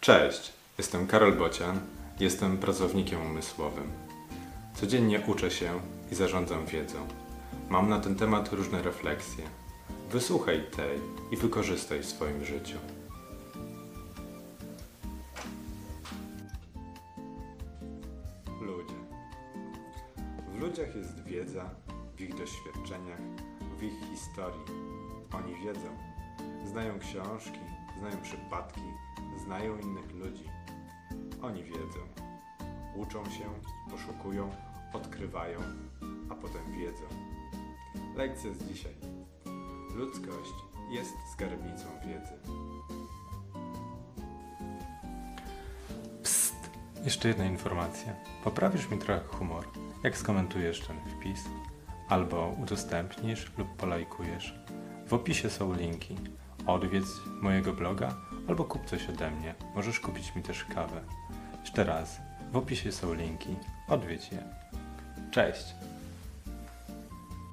Cześć, jestem Karol Bocian, jestem pracownikiem umysłowym. Codziennie uczę się i zarządzam wiedzą. Mam na ten temat różne refleksje. Wysłuchaj tej i wykorzystaj w swoim życiu. Ludzie. W ludziach jest wiedza, w ich doświadczeniach, w ich historii. Oni wiedzą. Znają książki, znają przypadki, znają innych ludzi. Oni wiedzą. Uczą się, poszukują, odkrywają, a potem wiedzą. Lekcja z dzisiaj. Ludzkość jest skarbnicą wiedzy. Psst! Jeszcze jedna informacja. Poprawisz mi trochę humor, jak skomentujesz ten wpis, albo udostępnisz lub polajkujesz. W opisie są linki. Odwiedź mojego bloga albo kup coś ode mnie. Możesz kupić mi też kawę. Jeszcze raz, w opisie są linki. Odwiedź je. Cześć!